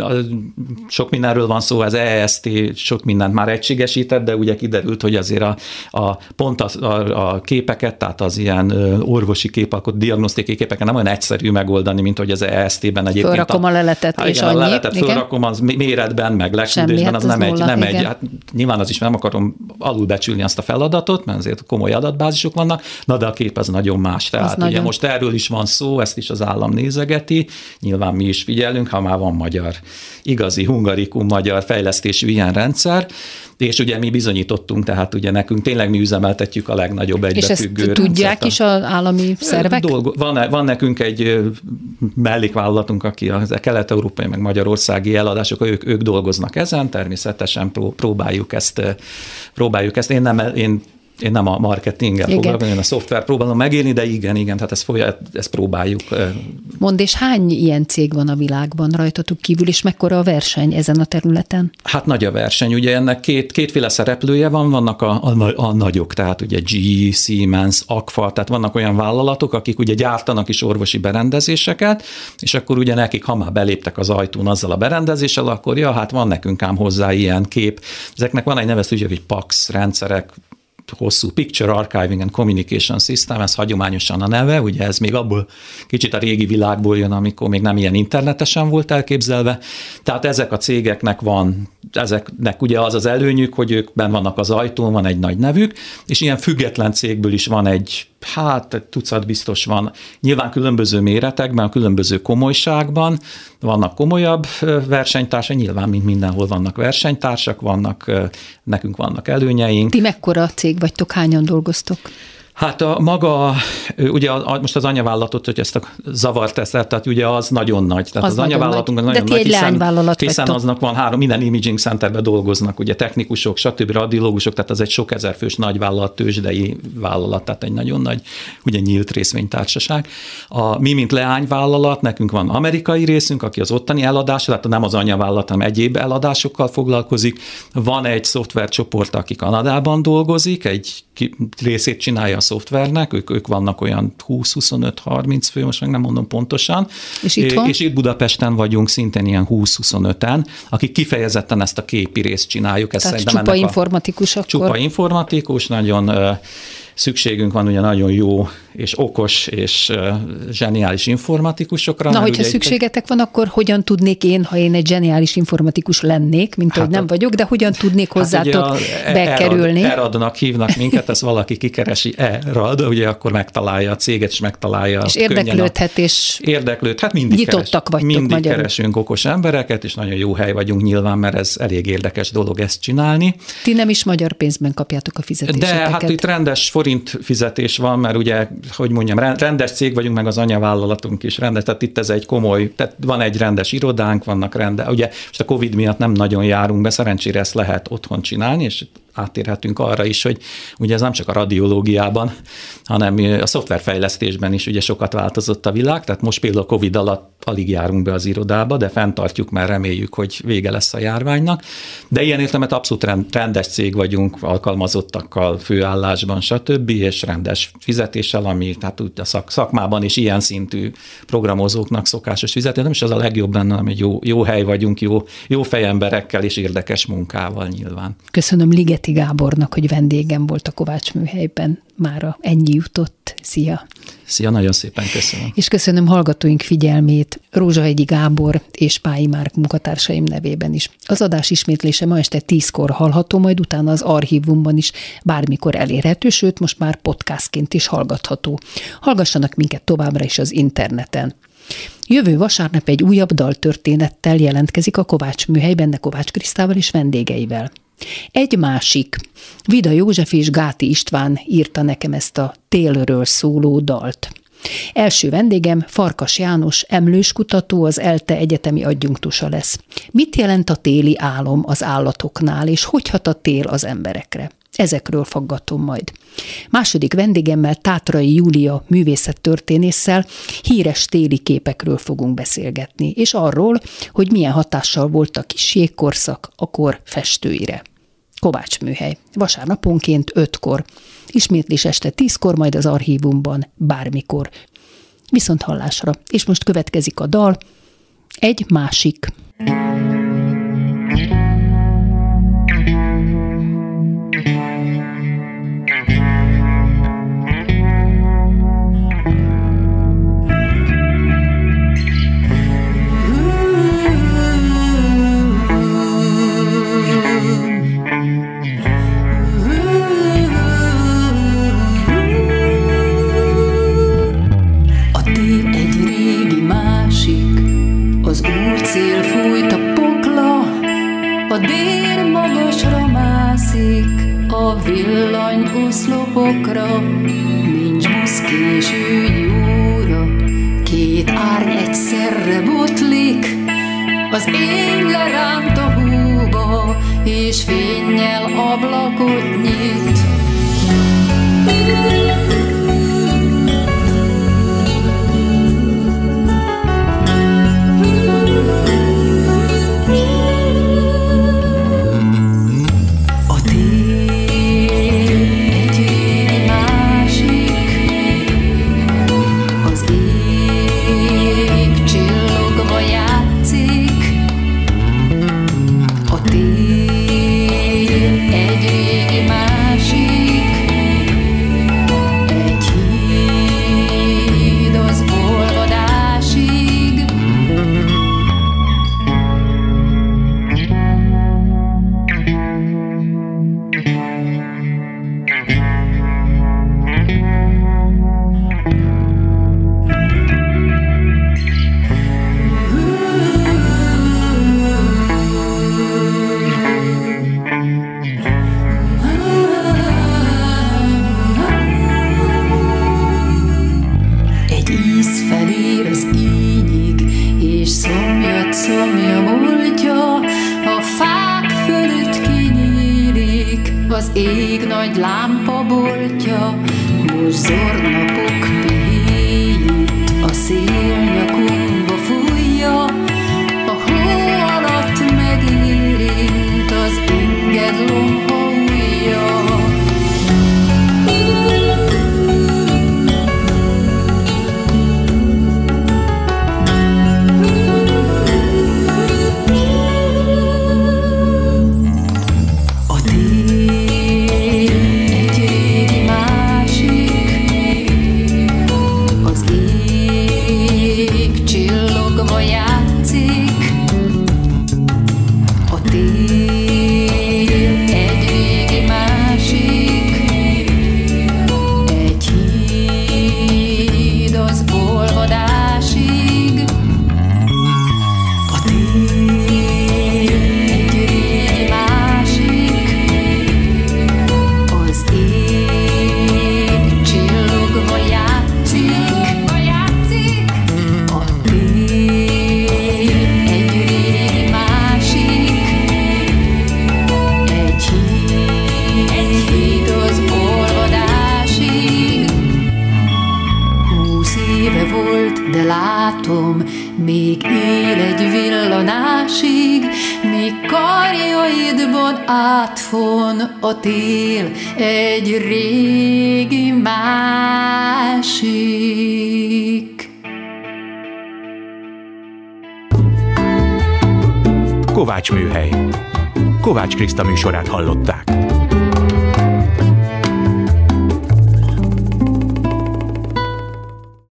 Speaker 6: sok mindenről van szó, az EST sok mindent már egységesített, de ugye kiderült, hogy azért pont a képeket, tehát az ilyen orvosi képeket, diagnosztikai képeket nem olyan egyszerű megoldani, mint hogy az EST-ben egyébként.
Speaker 2: Fölrakom a leletet, és annyi. A
Speaker 6: leletet fölrakom, az méretben, meg legküldésben, az nem egy, hát nyilván az is nem akarom alulbecsülni azt a feladatot, mert azért komoly adatbázisok vannak, de a kép az nagyon más. Tehát ugye most erről is van szó, ezt is az állam nézegeti, nyilván mi is figyelünk, ha már van magyar, igazi hungarikum magyar fejlesztésű ilyen rendszer, és ugye mi bizonyítottunk, tehát ugye nekünk tényleg mi üzemeltetjük a legnagyobb egybefüggő rendszert.
Speaker 2: És ezt tudják is az állami szervek?
Speaker 6: Van nekünk egy mellékvállalatunk, aki a kelet-európai meg magyarországi eladások, ők dolgoznak ezen, természetesen próbáljuk ezt. Én nem a marketinggel foglalkozom, én a szoftver próbálom megélni, de igen, tehát ezt próbáljuk.
Speaker 2: Mondd, és hány ilyen cég van a világban rajtatuk kívül, és mekkora a verseny ezen a területen?
Speaker 6: Hát nagy a verseny, ugye ennek kétféle szereplője vannak a nagyok, tehát ugye GE, Siemens, Agfa, tehát vannak olyan vállalatok, akik ugye gyártanak is orvosi berendezéseket, és akkor ugye nekik, ha már beléptek az ajtón azzal a berendezéssel, akkor hát van nekünk ám hozzá ilyen kép. Ezeknek van egy nevező, hogy PACS rendszerek, hosszú Picture Archiving and Communication System, ez hagyományosan a neve, ugye ez még abból kicsit a régi világból jön, amikor még nem ilyen internetesen volt elképzelve. Tehát ezek a cégeknek ezeknek ugye az előnyük, hogy ők benn vannak az ajtón, van egy nagy nevük, és ilyen független cégből is van egy Hát tucat biztos van. Nyilván különböző méretekben, különböző komolyságban vannak komolyabb versenytársak, nyilván mint mindenhol vannak versenytársak, nekünk vannak előnyeink.
Speaker 2: Ti mekkora cég vagytok, hányan dolgoztok?
Speaker 6: Hát a maga, ugye most az anyavállalatot, hogy ezt a zavart teszed, tehát ugye az nagyon nagy. Tehát az anyavállalatunk nagyon nagy.
Speaker 2: De ti egy leányvállalat
Speaker 6: hiszen aznak van 3, minden imaging centerben dolgoznak, ugye technikusok, stb. Radiológusok, tehát az egy sok ezer fős nagy vállalat, tőzsdei vállalat, tehát egy nagyon nagy, ugye nyílt részvénytársaság. Mi, mint leányvállalat, nekünk van amerikai részünk, aki az ottani eladás, tehát nem az anyavállalat, hanem egyéb eladásokkal foglalkozik. Van egy szoftvercsoport, aki Kanadában dolgozik, egy részét csinálja a szoftvernek, ők vannak olyan 20-25-30 fő, most meg nem mondom pontosan. És itt Budapesten vagyunk szintén ilyen 20-25-en, akik kifejezetten ezt a képi részt csináljuk.
Speaker 2: Tehát csupa informatikus akkor?
Speaker 6: Csupa informatikus, nagyon szükségünk van ugye nagyon jó és okos és zseniális informatikusokra.
Speaker 2: Na, hogyha szükségetek van, akkor hogyan tudnék én, ha én egy zseniális informatikus lennék, mint ahogy nem vagyok, de hogyan tudnék hozzátok bekerülni?
Speaker 6: ERAD-nak hívnak minket, ezt valaki kikeresi ERAD, ugye akkor megtalálja a céget, és megtalálja.
Speaker 2: És érdeklődhet, és
Speaker 6: érdeklődhet, mindig
Speaker 2: nyitottak vagytok
Speaker 6: mindig
Speaker 2: magyarul.
Speaker 6: Keresünk okos embereket, és nagyon jó hely vagyunk nyilván, mert ez elég érdekes dolog ezt csinálni.
Speaker 2: Ti nem is magyar pénzben kapjátok a fizetéseteket.
Speaker 6: De hát itt rendes forint fizetés van, mert ugye, hogy mondjam, rendes cég vagyunk, meg az anyavállalatunk is rendes, tehát itt ez egy komoly, tehát van egy rendes irodánk, vannak ugye most a Covid miatt nem nagyon járunk be, szerencsére ezt lehet otthon csinálni, és átérhetünk arra is, hogy ugye ez nem csak a radiológiában, hanem a szoftverfejlesztésben is ugye sokat változott a világ, tehát most például a Covid alatt alig járunk be az irodába, de fenntartjuk, mert reméljük, hogy vége lesz a járványnak. De ilyen értelemben abszolút rendes cég vagyunk, alkalmazottakkal, főállásban, stb., és rendes fizetéssel, ami tehát a szakmában is ilyen szintű programozóknak szokásos fizetés, nem is az a legjobb benne, hanem egy jó hely vagyunk, jó fejemberekkel és érdekes munkával nyilván.
Speaker 2: Köszönöm Ligeti Gábornak, hogy vendégem volt a Kovács Műhelyben. Mára ennyi jutott. Szia!
Speaker 6: Szia, nagyon szépen köszönöm.
Speaker 2: És köszönöm hallgatóink figyelmét Rózsahegyi Gábor és Pályi Márk munkatársaim nevében is. Az adás ismétlése ma este 10-kor hallható, majd utána az archívumban is bármikor elérhető, sőt most már podcastként is hallgatható. Hallgassanak minket továbbra is az interneten. Jövő vasárnap egy újabb daltörténettel jelentkezik a Kovács Műhely, benne Kovács Krisztával és vendégeivel. Egy másik, Vida József és Gáti István írta nekem ezt a télről szóló dalt. Első vendégem Farkas János, emlőskutató, az ELTE egyetemi adjunktusa lesz. Mit jelent a téli álom az állatoknál, és hogy hat a tél az emberekre? Ezekről faggatom majd. Második vendégemmel, Tátrai Júlia művészettörténésszel híres téli képekről fogunk beszélgetni, és arról, hogy milyen hatással volt a kis jégkorszak a kor festőire. Kovács Műhely. Vasárnaponként 5-kor. Ismétlés este 10-kor, majd az archívumban bármikor. Viszont hallásra. És most következik a dal. Egy másik.
Speaker 3: Villanyoszlopokra, nincs buszkéső jóra, két árny egyszerre botlik, az éj leránt a hóba, és fénnyel ablakot nyit. az ég nagy lámpaboltja, most zornapok pihéjét a szél nyakunkba fújja, a hó alatt megérint az inged lomha ujja. Még él egy villanásig, még karjaidban átfon a tél egy régi másik.
Speaker 1: Kovács Műhely. Kovács Kriszta műsorát hallották.